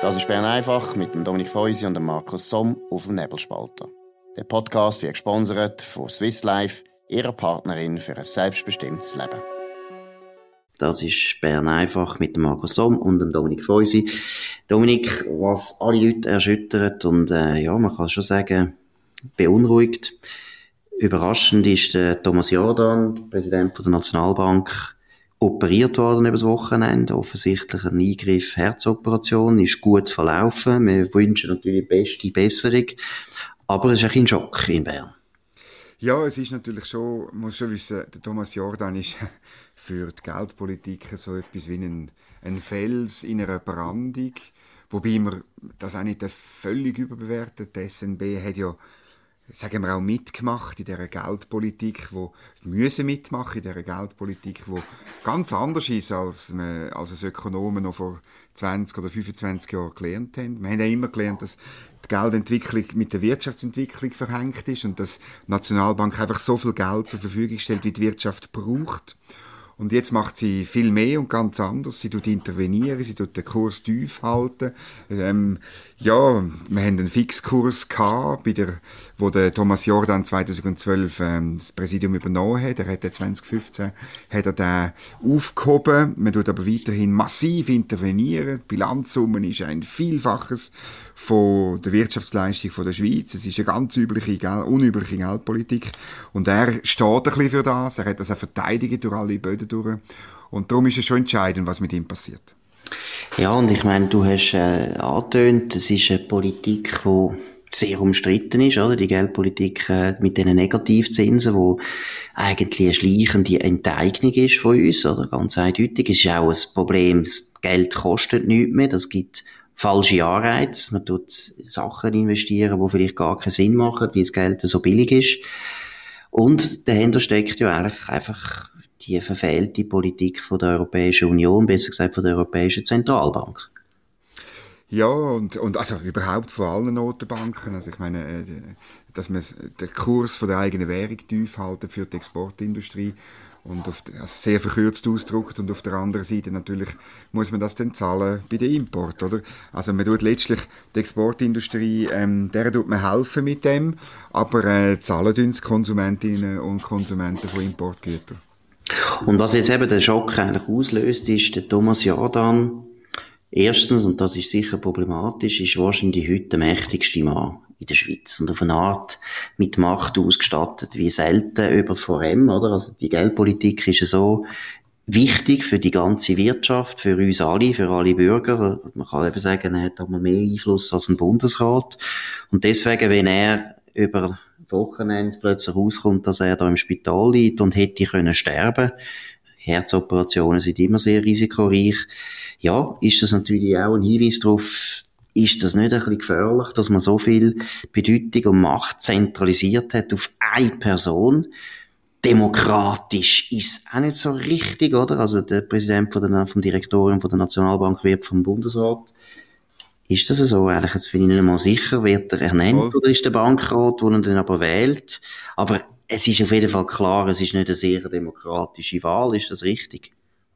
Das ist Bern einfach mit dem Dominik Feusi und dem Markus Somm auf dem Nebelspalter. Der Podcast wird gesponsert von Swiss Life, ihrer Partnerin für ein selbstbestimmtes Leben. Das ist Bern einfach mit dem Markus Somm und dem Dominik Feusi. Dominik, was alle Leute erschüttert und man kann schon sagen, beunruhigt. Überraschend ist der Thomas Jordan, Präsident der Nationalbank, operiert worden über das Wochenende. Offensichtlich ein Eingriff, Herzoperation, ist gut verlaufen. Wir wünschen natürlich beste Besserung. Aber es ist ein Schock in Bern. Ja, es ist natürlich schon, man muss schon wissen, der Thomas Jordan ist für die Geldpolitik so etwas wie ein Fels in einer Brandung. Wobei man das auch nicht völlig überbewertet. Die SNB hat ja, sagen wir, auch mitgemacht in dieser Geldpolitik, müssen mitmachen in dieser Geldpolitik, die ganz anders ist, als es Ökonomen noch vor 20 oder 25 Jahren gelernt haben. Wir haben ja immer gelernt, dass die Geldentwicklung mit der Wirtschaftsentwicklung verhängt ist und dass die Nationalbank einfach so viel Geld zur Verfügung stellt, wie die Wirtschaft braucht. Und jetzt macht sie viel mehr und ganz anders. Sie tut intervenieren, sie tut den Kurs tief halten. Wir haben einen Fixkurs gehabt, wo der Thomas Jordan 2012 das Präsidium übernommen hat. Er hat 2015 den aufgehoben. Man tut aber weiterhin massiv intervenieren. Die Bilanzsumme ist ein Vielfaches von der Wirtschaftsleistung der Schweiz. Es ist eine ganz unübliche Geldpolitik. Und er steht ein bisschen für das. Er hat das auch verteidigt durch alle Böden durch. Und darum ist es schon entscheidend, was mit ihm passiert. Ja, und ich meine, du hast angetönt, es ist eine Politik, die sehr umstritten ist, oder? Die Geldpolitik mit diesen Negativzinsen, wo eigentlich eine schleichende Enteignung ist von uns, oder? Ganz eindeutig. Es ist auch ein Problem, das Geld kostet nichts mehr, das gibt falsche Anreize. Man tut Sachen investieren, die vielleicht gar keinen Sinn machen, weil das Geld so billig ist. Und dahinter steckt ja eigentlich einfach die verfehlte Politik von der Europäischen Union, besser gesagt von der Europäischen Zentralbank. Ja, und also überhaupt von allen Notenbanken. Also ich meine, dass man den Kurs von der eigenen Währung tief halten für die Exportindustrie und sehr verkürzt ausgedrückt, und auf der anderen Seite natürlich muss man das dann zahlen bei den Import, oder? Also man tut letztlich die Exportindustrie, der tut man helfen mit dem, aber zahlen uns Konsumentinnen und Konsumenten von Importgütern. Und was jetzt eben den Schock eigentlich auslöst, ist der Thomas Jordan. Erstens, und das ist sicher problematisch, ist wahrscheinlich heute der mächtigste Mann in der Schweiz und auf eine Art mit Macht ausgestattet wie selten über VRM, oder? Also die Geldpolitik ist so wichtig für die ganze Wirtschaft, für uns alle, für alle Bürger. Man kann eben sagen, er hat einmal mehr Einfluss als ein Bundesrat. Und deswegen, wenn er über Wochenende plötzlich rauskommt, dass er da im Spital liegt und hätte können sterben. Herzoperationen sind immer sehr risikoreich. Ja, ist das natürlich auch ein Hinweis darauf, ist das nicht ein bisschen gefährlich, dass man so viel Bedeutung und Macht zentralisiert hat auf eine Person? Demokratisch ist auch nicht so richtig, oder? Also der Präsident vom Direktorium von der Nationalbank wird vom Bundesrat. Ist das so? Eigentlich, jetzt bin ich nicht mal sicher, wird er ernannt oder ist der Bankrat, der ihn dann aber wählt? Aber es ist auf jeden Fall klar, es ist nicht eine sehr demokratische Wahl, ist das richtig?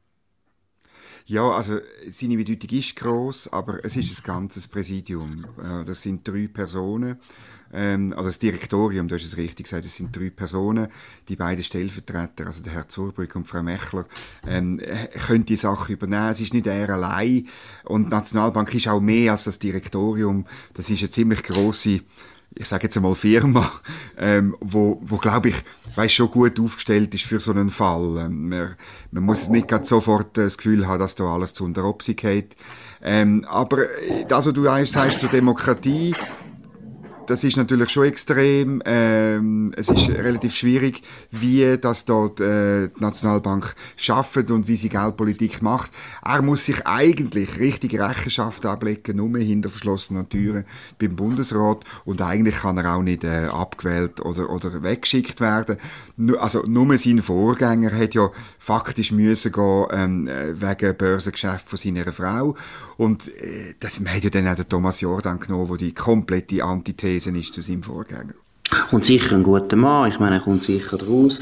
Ja, also seine Bedeutung ist gross, aber es ist ein ganzes Präsidium. Das sind 3 Personen. Also das Direktorium, du hast es richtig gesagt, es sind 3 Personen. Die beiden Stellvertreter, also der Herr Zurbrück und Frau Mechler, können die Sache übernehmen. Es ist nicht er allein. Und die Nationalbank ist auch mehr als das Direktorium. Das ist eine ziemlich grosse, ich sage jetzt einmal Firma, wo glaube ich, schon gut aufgestellt ist für so einen Fall. Man muss nicht gerade sofort das Gefühl haben, dass da alles zu unter Obsi geht. Aber das, was du eigentlich sagst zur Demokratie, das ist natürlich schon extrem. Es ist relativ schwierig, wie das dort die Nationalbank schafft und wie sie Geldpolitik macht. Er muss sich eigentlich richtig Rechenschaft ablegen, nur hinter verschlossenen Türen beim Bundesrat, und eigentlich kann er auch nicht abgewählt oder weggeschickt werden. Also nur sein Vorgänger hat ja faktisch müssen gehen wegen Börsengeschäft von seiner Frau, und man hat ja dann auch den Thomas Jordan genommen, der die komplette Antithese ist zu seinem Vorgänger. Und sicher ein guter Mann, ich meine, er kommt sicher raus.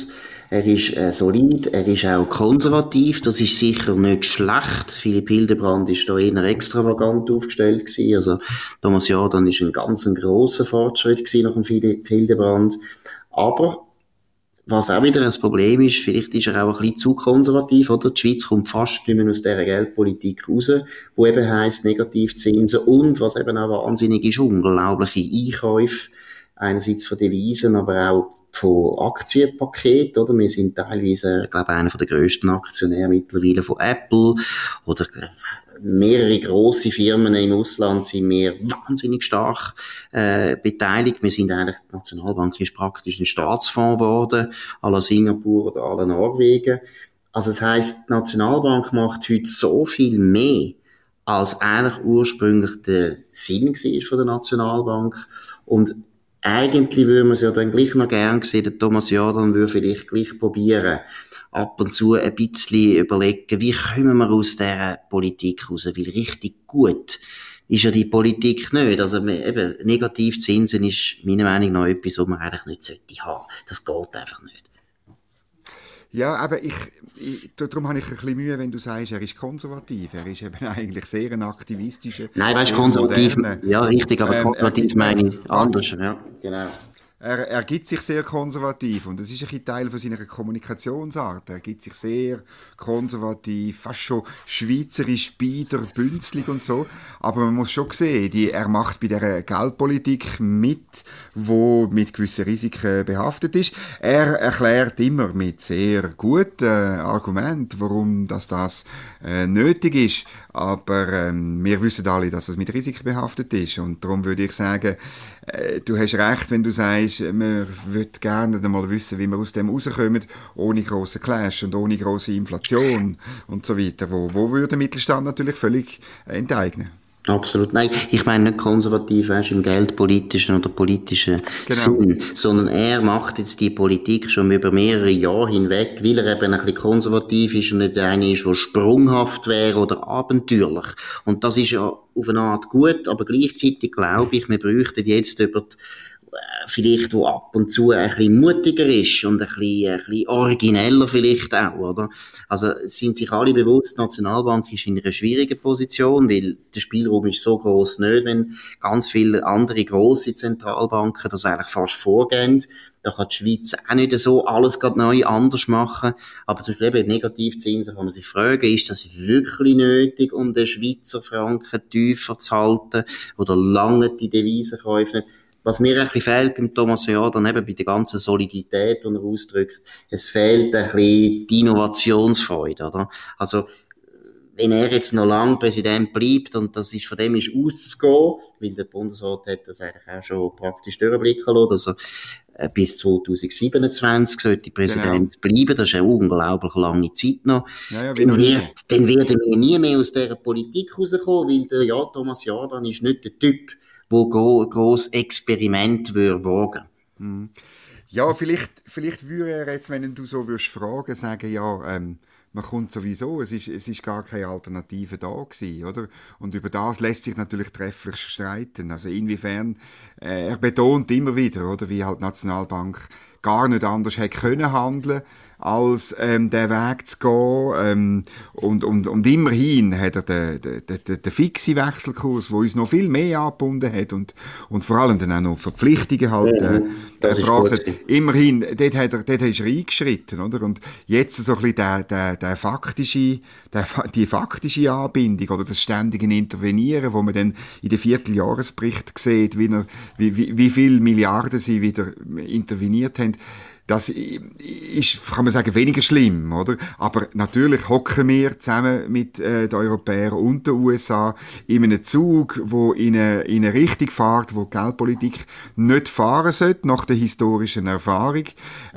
Er ist solid, er ist auch konservativ, das ist sicher nicht schlecht. Philipp Hildebrand ist da eher extravagant aufgestellt gewesen. Also Thomas Jordan ist ein ganz grosser Fortschritt gewesen nach dem Philipp Hildebrand. Aber was auch wieder ein Problem ist, vielleicht ist er auch ein bisschen zu konservativ, oder? Die Schweiz kommt fast nicht mehr aus dieser Geldpolitik raus, wo eben heisst Negativzinsen und, was eben auch wahnsinnig ist, unglaubliche Einkäufe, einerseits von Devisen, aber auch von Aktienpaketen, oder? Wir sind teilweise, glaube ich, einer der grössten Aktionäre mittlerweile von Apple, oder mehrere grosse Firmen im Ausland sind wir wahnsinnig stark beteiligt. Wir sind eigentlich, die Nationalbank ist praktisch ein Staatsfonds geworden, à la Singapur oder à la Norwegen. Also das heisst, die Nationalbank macht heute so viel mehr, als eigentlich ursprünglich der Sinn war von der Nationalbank. Und eigentlich würde man es ja dann gleich noch gern sehen, der Thomas Jordan würde vielleicht gleich probieren, ab und zu ein bisschen überlegen, wie kommen wir aus dieser Politik raus, weil richtig gut ist ja die Politik nicht. Also eben, Negativzinsen ist meiner Meinung nach etwas, was man eigentlich nicht haben sollte. Das geht einfach nicht. Ja, aber darum habe ich ein bisschen Mühe, wenn du sagst, er ist konservativ. Er ist eben eigentlich sehr ein aktivistischer. Nein, weißt du, konservativ, ja, richtig, aber konservativ meine ich anders, ja, genau. Er gibt sich sehr konservativ und das ist ein bisschen Teil von seiner Kommunikationsart. Er gibt sich sehr konservativ, fast schon schweizerisch, bieder, bünzlig und so. Aber man muss schon sehen, er macht bei dieser Geldpolitik mit, wo mit gewissen Risiken behaftet ist. Er erklärt immer mit sehr guten Argumenten, warum das nötig ist. Aber wir wissen alle, dass es mit Risiken behaftet ist. Und darum würde ich sagen, du hast recht, wenn du sagst, wir würden gerne einmal wissen, wie wir aus dem rauskommen, ohne grossen Clash und ohne grosse Inflation und so weiter. Wo würde der Mittelstand natürlich völlig enteignen. Absolut. Nein, ich meine nicht konservativ, weißt, im geldpolitischen oder politischen Sinn, sondern er macht jetzt die Politik schon über mehrere Jahre hinweg, weil er eben ein bisschen konservativ ist und nicht einer ist, der sprunghaft wäre oder abenteuerlich. Und das ist ja auf eine Art gut, aber gleichzeitig glaube ich, wir bräuchten jetzt vielleicht, wo ab und zu ein bisschen mutiger ist und ein bisschen origineller vielleicht auch, oder? Also, sind sich alle bewusst, die Nationalbank ist in einer schwierigen Position, weil der Spielraum ist so gross nicht, wenn ganz viele andere grosse Zentralbanken das eigentlich fast vorgehen. Da kann die Schweiz auch nicht so alles gerade neu anders machen. Aber zum Beispiel eben Negativzinsen kann man sich fragen, ist das wirklich nötig, um den Schweizer Franken tiefer zu halten? Oder lange die Devisenkäufe nicht? Was mir ein bisschen fehlt beim Thomas Jordan, eben bei der ganzen Solidität, die er ausdrückt, es fehlt ein bisschen die Innovationsfreude, oder? Also, wenn er jetzt noch lange Präsident bleibt, und das ist, von dem ist auszugehen, weil der Bundesrat hat das eigentlich auch schon praktisch durchblicken lassen, also, bis 2027 sollte Präsident bleiben, das ist eine unglaublich lange Zeit noch. Ja, dann werden wir nie mehr aus dieser Politik rauskommen, weil Thomas Jordan ist nicht der Typ, wo gross Experiment wagen. Ja, vielleicht würde er jetzt, wenn du so würdest fragen, sagen, ja, man kommt sowieso, es ist gar keine Alternative da gewesen, oder? Und über das lässt sich natürlich trefflich streiten. Also inwiefern, er betont immer wieder, oder, wie halt die Nationalbank gar nicht anders hätte können handeln, als den Weg zu gehen. Und immerhin hat er den fixen Wechselkurs, der uns noch viel mehr angebunden hat und vor allem dann auch noch Verpflichtungen halt gebracht hat. Immerhin, dort ist er eingeschritten, oder? Und jetzt so ein bisschen die faktische Anbindung oder das ständige Intervenieren, wo man dann in den Vierteljahresbericht sieht, wie viele Milliarden sie wieder interveniert haben. Das ist, kann man sagen, weniger schlimm, oder? Aber natürlich hocken wir zusammen mit den Europäern und den USA in einem Zug, wo in eine Richtung fährt, wo die Geldpolitik nicht fahren sollte, nach der historischen Erfahrung.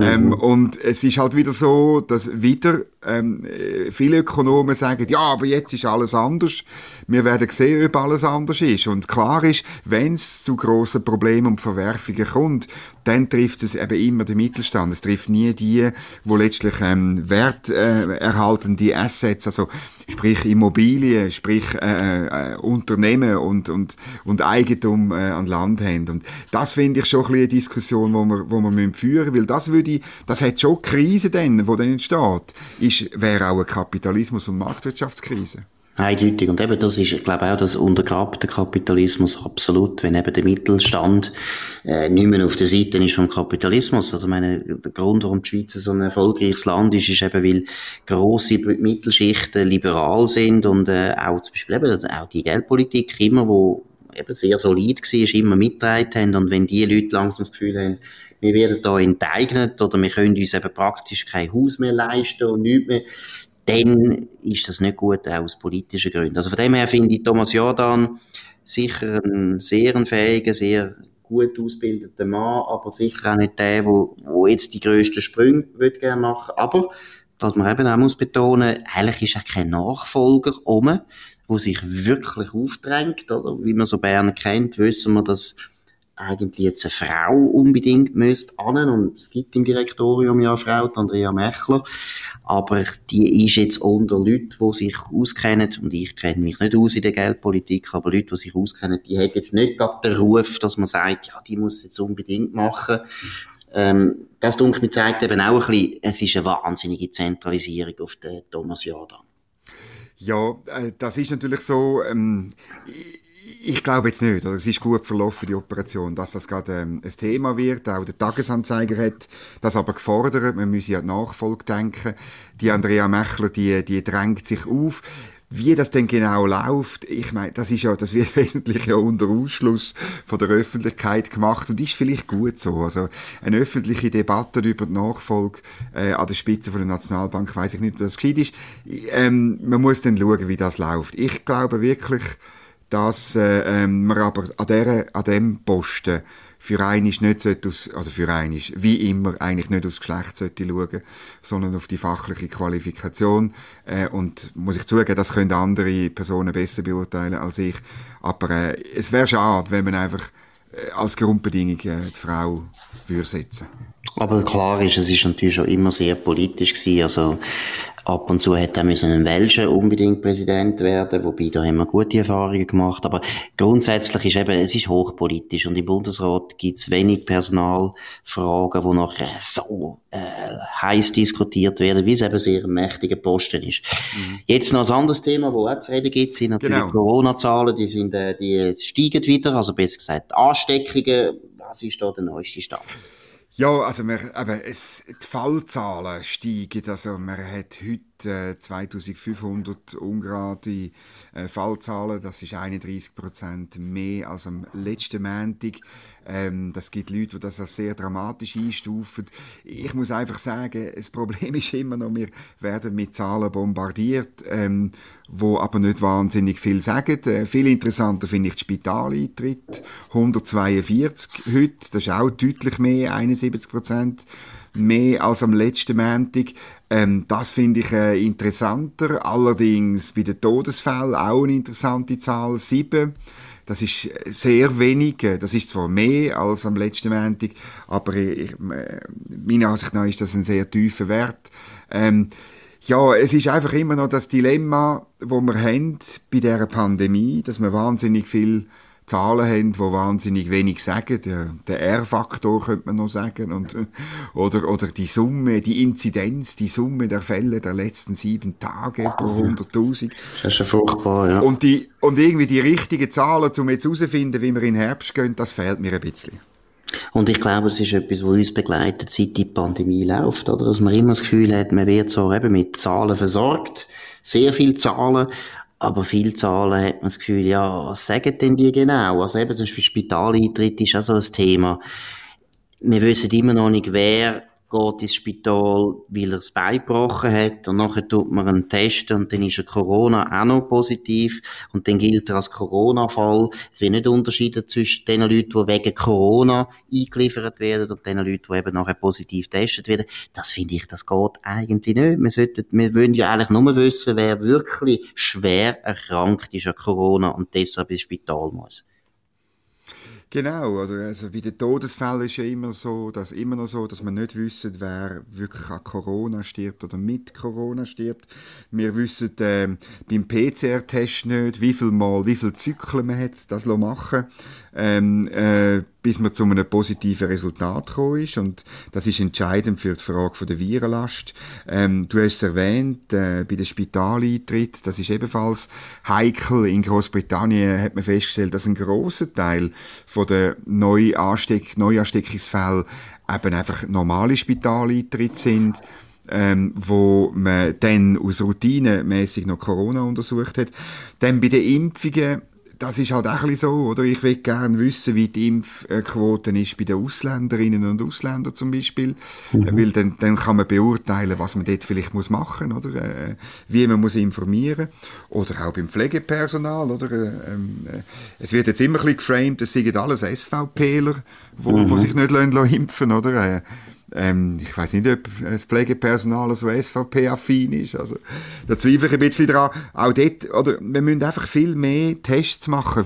Und es ist halt wieder so, dass wieder viele Ökonomen sagen, ja, aber jetzt ist alles anders. Wir werden sehen, ob alles anders ist. Und klar ist, wenn es zu grossen Problemen und Verwerfungen kommt, dann trifft es eben immer den Mittelstand Mittelstand. Es trifft nie die, wo letztlich werterhaltende Assets, also sprich Immobilien, sprich Unternehmen und Eigentum an Land haben. Und das finde ich schon ein bisschen eine Diskussion, wo wir führen müssen, weil das hat schon Krise dann, wo dann entsteht, wäre auch eine Kapitalismus- und Marktwirtschaftskrise. Eindeutig. Und eben, das ist, ich glaube auch, das untergräbt den Kapitalismus absolut, wenn eben der Mittelstand nicht mehr auf der Seite ist vom Kapitalismus. Also, ich meine, der Grund, warum die Schweiz so ein erfolgreiches Land ist eben, weil grosse Mittelschichten liberal sind und auch zum Beispiel eben auch die Geldpolitik immer, wo eben sehr solid war, immer mitgetragen haben. Und wenn die Leute langsam das Gefühl haben, wir werden da enteignet oder wir können uns eben praktisch kein Haus mehr leisten und nichts mehr, dann ist das nicht gut, auch aus politischen Gründen. Also von dem her finde ich Thomas Jordan sicher ein sehr fähiger, sehr gut ausgebildeter Mann, aber sicher auch nicht der, wo jetzt die grössten Sprünge gerne machen will. Aber, was man eben auch muss betonen, eigentlich ist auch kein Nachfolger wo sich wirklich aufdrängt, oder? Wie man so Bern kennt, wissen wir, dass eigentlich jetzt eine Frau unbedingt müsste ran, und es gibt im Direktorium ja eine Frau, die Andrea Mechler, aber die ist jetzt unter Leuten, die sich auskennen, und ich kenne mich nicht aus in der Geldpolitik, aber Leute, die sich auskennen, die hat jetzt nicht gerade den Ruf, dass man sagt, ja, die muss jetzt unbedingt machen. Das, denke ich, zeigt eben auch ein bisschen, es ist eine wahnsinnige Zentralisierung auf den Thomas Jordan. Ja, das ist natürlich so, ich glaube jetzt nicht, oder? Es ist gut verlaufen, die Operation, dass das gerade ein Thema wird. Auch der Tagesanzeiger hat das aber gefordert. Man muss ja an die Nachfolge denken. Die Andrea Mechler, die drängt sich auf. Wie das denn genau läuft, ich meine, das wird wesentlich ja unter Ausschluss von der Öffentlichkeit gemacht und ist vielleicht gut so. Also eine öffentliche Debatte über die Nachfolge an der Spitze von der Nationalbank, weiss ich nicht, ob das gescheit ist. Man muss dann schauen, wie das läuft. Ich glaube wirklich, dass man aber an dem Posten für einiges nicht wie immer, eigentlich nicht aufs Geschlecht sollte schauen, sondern auf die fachliche Qualifikation. Und muss ich zugeben, das können andere Personen besser beurteilen als ich. Aber es wäre schade, wenn man einfach als Grundbedingung die Frau würde setzen. Aber klar ist, es ist natürlich schon immer sehr politisch gewesen. Also, ab und zu hätte auch ein Welscher unbedingt Präsident werden, wobei da haben wir gute Erfahrungen gemacht. Aber grundsätzlich ist eben, es ist hochpolitisch und im Bundesrat gibt es wenig Personalfragen, die nachher so heiß diskutiert werden, wie es eben sehr ein mächtiger Posten ist. Jetzt noch ein anderes Thema, wo auch zu reden gibt, sind natürlich Corona-Zahlen, die steigen wieder, also besser gesagt Ansteckungen. Was ist da der neueste Stand? Ja, also die Fallzahlen steigen. Also man hat heute 2500 ungerade Fallzahlen. Das ist 31% mehr als am letzten Montag. Das gibt Leute, die das als sehr dramatisch einstufen. Ich muss einfach sagen, das Problem ist immer noch, wir werden mit Zahlen bombardiert, wo aber nicht wahnsinnig viel sagen. Viel interessanter finde ich die Spitaleintritt. 142 heute, das ist auch deutlich mehr, 71% mehr als am letzten Montag. Das finde ich interessanter. Allerdings bei den Todesfällen auch eine interessante Zahl, 7. Das ist sehr wenig. Das ist zwar mehr als am letzten Montag, aber meiner Ansicht nach ist das ein sehr tiefer Wert. Ja, es ist einfach immer noch das Dilemma, das wir haben bei dieser Pandemie, dass wir wahnsinnig viel Zahlen haben, die wahnsinnig wenig sagen. Der R-Faktor könnte man noch sagen. Oder die Summe, die Inzidenz, die Summe der Fälle der letzten 7 Tage pro 100.000. Das ist ja furchtbar, ja. Und irgendwie die richtigen Zahlen, um jetzt herauszufinden, wie wir in den Herbst gehen, das fehlt mir ein bisschen. Und ich glaube, es ist etwas, was uns begleitet, seit die Pandemie läuft, oder? Dass man immer das Gefühl hat, man wird so eben mit Zahlen versorgt. Sehr viele Zahlen. Aber viele Zahlen hat man das Gefühl, ja, was sagen denn die genau? Also eben zum Beispiel Spitaleintritt ist auch so ein Thema. Wir wissen immer noch nicht, wer geht ins Spital, weil er das Bein gebrochen hat, und nachher tut man einen Test und dann ist er Corona auch noch positiv und dann gilt er als Corona-Fall. Es wird nicht unterschieden zwischen den Leuten, die wegen Corona eingeliefert werden, und den Leuten, die eben nachher positiv getestet werden. Das finde ich, das geht eigentlich nicht. Wir wollen ja eigentlich nur wissen, wer wirklich schwer erkrankt ist an Corona und deshalb ins Spital muss. Genau, also bei den Todesfällen ist ja immer noch so, dass wir nicht wissen, wer wirklich an Corona stirbt oder mit Corona stirbt. Wir wissen beim PCR-Test nicht, wie viel Zyklen man hat, das machen bis man zu einem positiven Resultat gekommen ist. Und das ist entscheidend für die Frage von der Virenlast. Du hast es erwähnt, bei den Spitaleintritt, das ist ebenfalls heikel. In Großbritannien hat man festgestellt, dass ein grosser Teil von den Neuansteckungsfällen eben einfach normale Spitaleintritte sind, wo man dann aus routinemässig noch Corona untersucht hat. Dann bei den Impfungen, das ist halt auch ein bisschen so, oder? Ich will gerne wissen, wie die Impfquote ist bei den Ausländerinnen und Ausländern zum Beispiel. Weil dann kann man beurteilen, was man dort vielleicht machen muss, oder? Wie man muss informieren. Oder auch beim Pflegepersonal, oder? Es wird jetzt immer ein bisschen geframed, das sind alles SVPler, wo sich nicht impfen lassen, oder? Ich weiss nicht, ob das Pflegepersonal so SVP-affin ist. Also, da zweifle ich ein bisschen dran. Auch dort, oder, wir müssen einfach viel mehr Tests machen,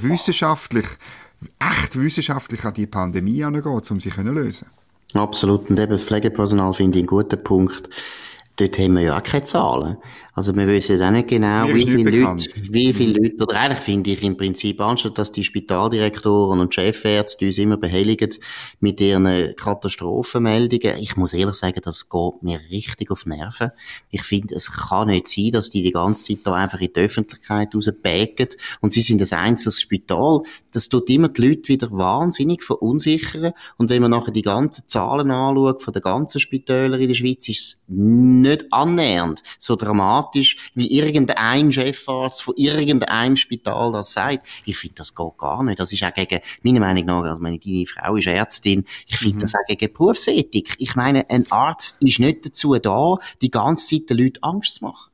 echt wissenschaftlich an die Pandemie angehen, um sie zu lösen. Absolut. Und eben das Pflegepersonal finde ich einen guten Punkt. Dort haben wir ja auch keine Zahlen. Also wir wissen ja auch nicht genau, wie viele Leute, oder eigentlich finde ich im Prinzip, anstatt dass die Spitaldirektoren und Chefärzte uns immer behelligen mit ihren Katastrophenmeldungen. Ich muss ehrlich sagen, das geht mir richtig auf die Nerven. Ich finde, es kann nicht sein, dass die ganze Zeit da einfach in die Öffentlichkeit rauspägen und sie sind ein einzelnes Spital. Das tut immer die Leute wieder wahnsinnig verunsichern. Und wenn man nachher die ganzen Zahlen anschaut von den ganzen Spitälern in der Schweiz, ist es nicht annähernd so dramatisch, wie irgendein Chefarzt von irgendeinem Spital das sagt. Ich finde, das geht gar nicht. Das ist auch gegen, meiner Meinung nach, also meine Frau ist Ärztin, ich finde das auch gegen Berufsethik. Ich meine, ein Arzt ist nicht dazu da, die ganze Zeit den Leuten Angst zu machen.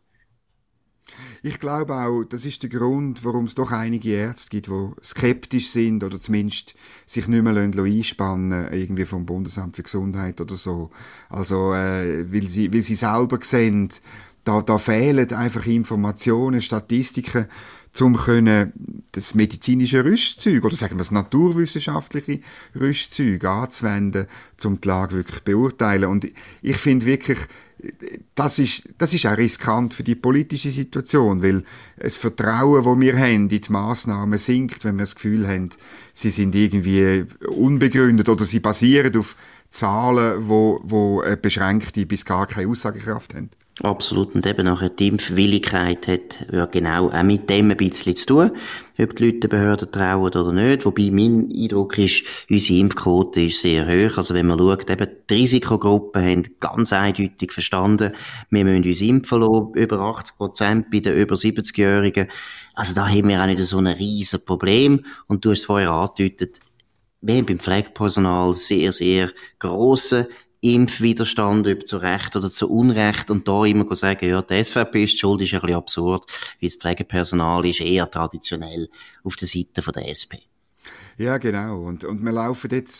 Ich glaube auch, das ist der Grund, warum es doch einige Ärzte gibt, die skeptisch sind oder zumindest sich nicht mehr einspannen irgendwie vom Bundesamt für Gesundheit oder so. Also, weil sie selber sehen, da fehlen einfach Informationen, Statistiken, das medizinische Rüstzeug oder sagen wir das naturwissenschaftliche Rüstzeug anzuwenden, um die Lage wirklich beurteilen. Und ich finde wirklich, das ist auch riskant für die politische Situation, weil das Vertrauen, das wir haben in die Massnahmen sinkt, wenn wir das Gefühl haben, sie sind irgendwie unbegründet oder sie basieren auf Zahlen, die eine beschränkte bis gar keine Aussagekraft haben. Absolut. Und eben nachher die Impfwilligkeit hat ja genau auch mit dem ein bisschen zu tun, ob die Leute den Behörden trauen oder nicht. Wobei mein Eindruck ist, unsere Impfquote ist sehr hoch. Also wenn man schaut, eben die Risikogruppen haben ganz eindeutig verstanden, wir müssen uns impfen lassen, über 80% bei den über 70-Jährigen. Also da haben wir auch nicht so ein riesen Problem. Und du hast es vorher angedeutet, wir haben beim Pflegepersonal sehr, sehr grossen Impfwiderstand, ob zu Recht oder zu Unrecht, und da immer sagen, ja, die SVP ist schuld, ist ein bisschen absurd, weil das Pflegepersonal ist eher traditionell auf der Seite von der SP. Ja, genau. Und wir laufen jetzt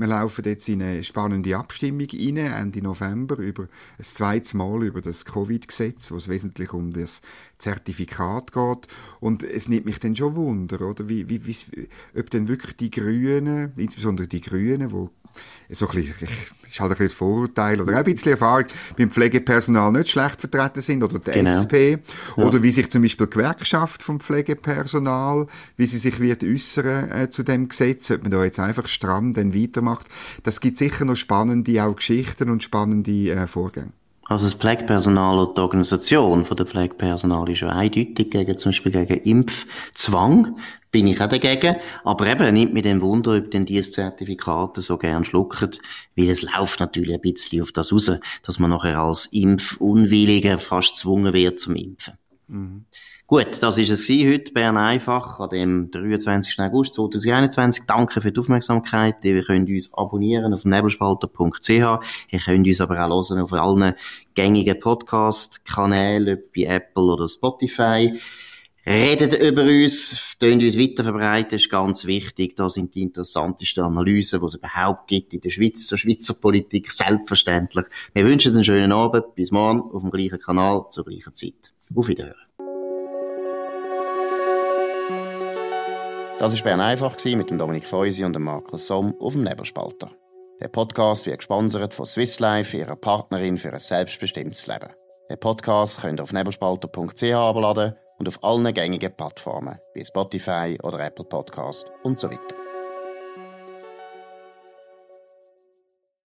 in eine spannende Abstimmung rein, Ende November, über ein zweites Mal über das Covid-Gesetz, wo es wesentlich um das Zertifikat geht. Und es nimmt mich dann schon Wunder, oder? Ob denn wirklich die Grünen, insbesondere die Grünen, wo so ein bisschen, ist halt ein bisschen das Vorurteil oder auch ein bisschen Erfahrung beim Pflegepersonal nicht schlecht vertreten sind oder die SP oder wie sich zum Beispiel die Gewerkschaft vom Pflegepersonal, wie sie sich wird äußern zu dem Gesetz, ob man da jetzt einfach stramm dann weitermacht. Das gibt sicher noch spannende auch Geschichten und spannende Vorgänge. Also das Pflegepersonal und die Organisation von der Pflegepersonal ist ja eindeutig zum Beispiel gegen Impfzwang. Bin ich auch dagegen. Aber eben, nimmt mich dann Wunder, ob denn diese Zertifikate so gern schlucken, weil es läuft natürlich ein bisschen auf das raus, dass man nachher als Impfunwilliger fast gezwungen wird zum Impfen. Mhm. Gut, das war es heute, Bern einfach, an dem 23. August 2021. Danke für die Aufmerksamkeit. Ihr könnt uns abonnieren auf nebelspalter.ch. Ihr könnt uns aber auch hören auf allen gängigen Podcast-Kanälen, bei Apple oder Spotify. Redet über uns, tönt uns weiterverbreiten, ist ganz wichtig. Da sind die interessantesten Analysen, die es überhaupt gibt in der Schweiz, zur Schweizer Politik, selbstverständlich. Wir wünschen einen schönen Abend, bis morgen auf dem gleichen Kanal, zur gleichen Zeit. Auf Wiederhören. Das war Bern einfach mit dem Dominik Feusi und dem Markus Somm auf dem Nebelspalter. Der Podcast wird gesponsert von Swiss Life, ihrer Partnerin für ein selbstbestimmtes Leben. Den Podcast könnt ihr auf nebelspalter.ch abladen und auf allen gängigen Plattformen wie Spotify oder Apple Podcast und so weiter.